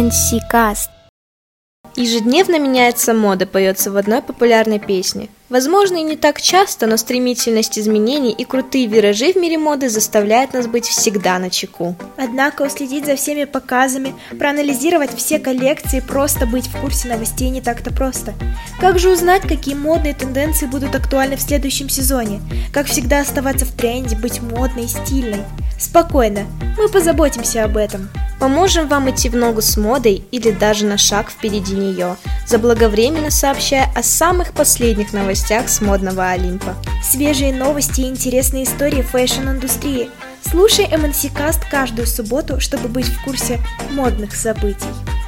MNC Cast. Ежедневно меняется мода, поется в одной популярной песне. Возможно, и не так часто, но стремительность изменений и крутые виражи в мире моды заставляют нас быть всегда начеку. Однако уследить за всеми показами, проанализировать все коллекции, просто быть в курсе новостей не так-то просто. Как же узнать, какие модные тенденции будут актуальны в следующем сезоне? Как всегда оставаться в тренде, быть модной и стильной? Спокойно, мы позаботимся об этом. Поможем вам идти в ногу с модой или даже на шаг впереди нее, заблаговременно сообщая о самых последних новостях с модного Олимпа. Свежие новости и интересные истории фэшн-индустрии. Слушай MNC Cast каждую субботу, чтобы быть в курсе модных событий.